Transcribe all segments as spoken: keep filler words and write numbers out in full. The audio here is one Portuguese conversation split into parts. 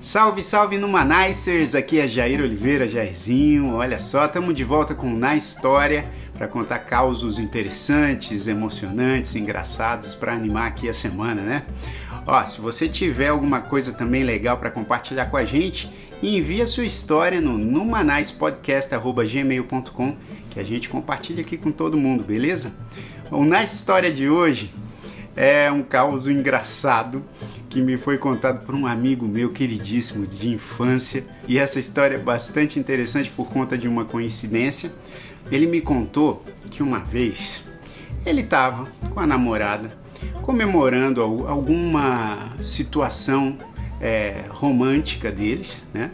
Salve, salve Numanicers! Aqui é Jair Oliveira, Jairzinho. Olha só, estamos de volta com Na História para contar causos interessantes, emocionantes, engraçados para animar aqui a semana, né? Ó, se você tiver alguma coisa também legal para compartilhar com a gente, envie a sua história no numanicepodcast arroba gmail ponto com que a gente compartilha aqui com todo mundo, beleza? Bom, na história de hoje é um caos engraçado que me foi contado por um amigo meu queridíssimo de infância, e essa história é bastante interessante por conta de uma coincidência. Ele me contou que uma vez ele estava com a namorada comemorando alguma situação é, romântica deles, né?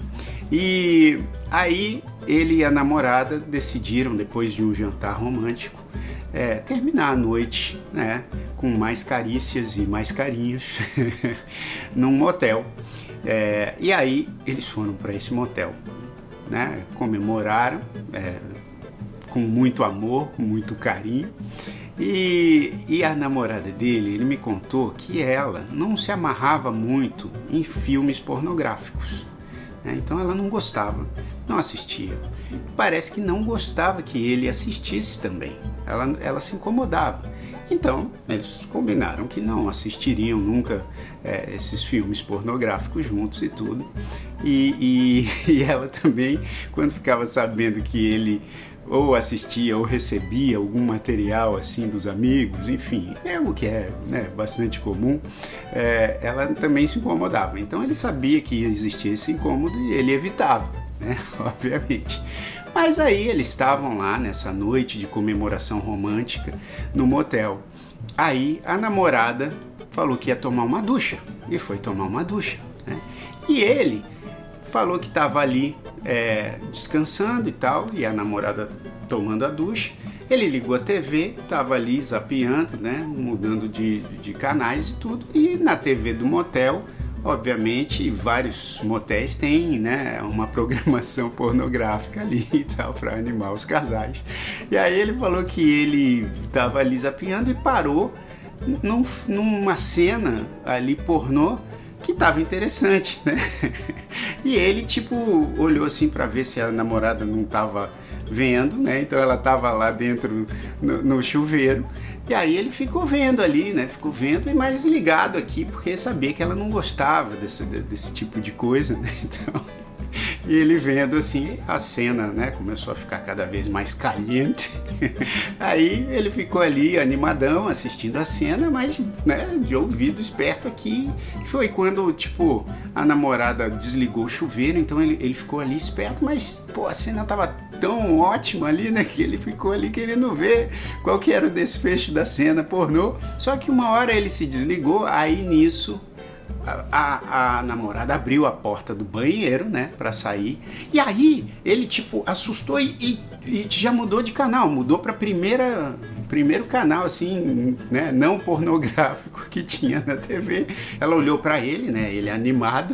E aí ele e a namorada decidiram, depois de um jantar romântico, É, terminar a noite, né, com mais carícias e mais carinhos num motel. É, e aí eles foram para esse motel, né, comemoraram é, com muito amor, com muito carinho. E, e a namorada dele, ele me contou que ela não se amarrava muito em filmes pornográficos, né, então ela não gostava, não assistia. Parece que não gostava que ele assistisse também. Ela, ela se incomodava. Então, eles combinaram que não assistiriam nunca é, esses filmes pornográficos juntos e tudo. E, e, e ela também, quando ficava sabendo que ele ou assistia ou recebia algum material assim dos amigos, enfim, é o que é, né, bastante comum, é, ela também se incomodava. Então ele sabia que existia esse incômodo e ele evitava, né, obviamente. Mas aí eles estavam lá nessa noite de comemoração romântica no motel. Aí a namorada falou que ia tomar uma ducha e foi tomar uma ducha, né? E ele falou que estava ali é, descansando e tal, e a namorada tomando a ducha. Ele ligou a T V, estava ali zapeando, né, mudando de, de canais e tudo. E na T V do motel, obviamente, vários motéis têm, né, uma programação pornográfica ali e tal, para animar os casais. E aí ele falou que ele estava ali zapeando e parou num, numa cena ali pornô que estava interessante, né? E ele, tipo, olhou assim para ver se a namorada não estava vendo, né? Então ela estava lá dentro no, no chuveiro. E aí ele ficou vendo ali, né? Ficou vendo e mais ligado aqui, porque sabia que ela não gostava desse, desse tipo de coisa, né? Então, e ele vendo assim, a cena, né, começou a ficar cada vez mais caliente. Aí ele ficou ali animadão assistindo a cena, mas, né, de ouvido esperto aqui. Foi quando, tipo, a namorada desligou o chuveiro, então ele, ele ficou ali esperto, mas, pô, a cena tava tão ótima ali, né, que ele ficou ali querendo ver qual que era o desfecho da cena pornô. Só que uma hora ele se desligou, aí nisso A, a, a namorada abriu a porta do banheiro, né, pra sair. E aí ele, tipo, assustou e, e, e já mudou de canal. Mudou pra primeira, primeiro canal, assim, né, não pornográfico que tinha na T V. Ela olhou pra ele, né, ele animado.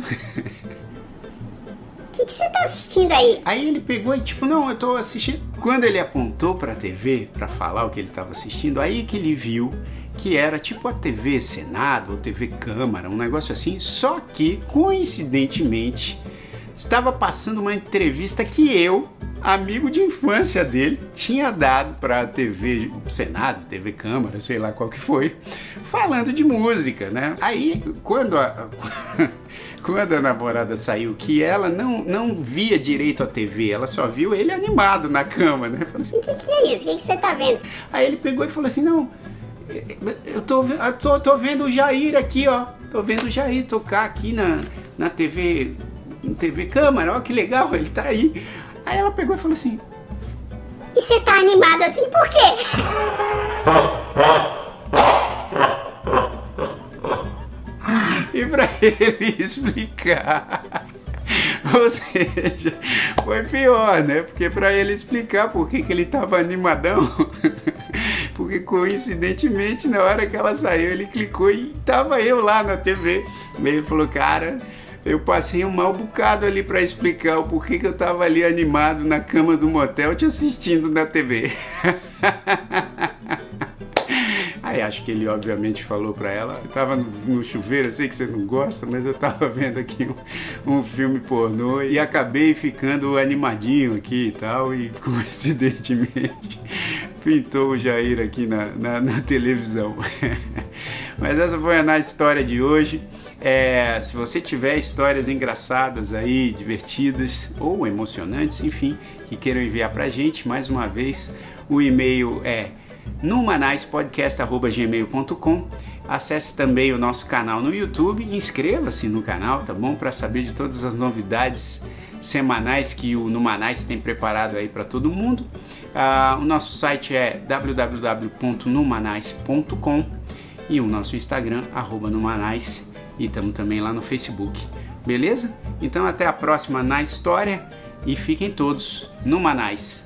O que, que você tá assistindo aí? Aí ele pegou e tipo, não, eu tô assistindo. Quando ele apontou pra T V pra falar o que ele tava assistindo, aí que ele viu que era tipo a T V Senado ou T V Câmara, um negócio assim, só que, coincidentemente, estava passando uma entrevista que eu, amigo de infância dele, tinha dado para a T V Senado, T V Câmara, sei lá qual que foi, falando de música, né? Aí, quando a... Quando a namorada saiu, que ela não, não via direito a T V, ela só viu ele animado na cama, né? Falei assim, o que, que é isso? O que, que você tá vendo? Aí ele pegou e falou assim, não, eu tô, eu tô, tô vendo o Jair aqui, ó, tô vendo o Jair tocar aqui na, na T V, na T V Câmara, ó, que legal, ele tá aí. Aí ela pegou e falou assim, e você tá animado assim por quê? E pra ele explicar, ou seja, foi pior, né? Porque pra ele explicar por que, que ele tava animadão, porque coincidentemente na hora que ela saiu ele clicou e tava eu lá na T V. E ele falou, cara, eu passei um mau bocado ali pra explicar o porquê que eu tava ali animado na cama do motel te assistindo na T V. Aí Aí acho que ele obviamente falou pra ela: você tava no, no chuveiro, eu sei que você não gosta, mas eu tava vendo aqui um, um filme pornô e acabei ficando animadinho aqui e tal, e coincidentemente pintou o Jair aqui na, na, na televisão. Mas essa foi a Nice História de hoje. É, se você tiver histórias engraçadas aí, divertidas ou emocionantes, enfim, que queiram enviar pra gente, mais uma vez, o e-mail é numanicepodcast arroba gmail ponto com. Acesse também o nosso canal no YouTube, inscreva-se no canal, tá bom? Para saber de todas as novidades semanais que o Numanice tem preparado aí para todo mundo. Ah, o nosso site é w w w ponto numanice ponto com e o nosso Instagram, arroba Numanice, e estamos também lá no Facebook, beleza? Então até a próxima na história e fiquem todos Numanice.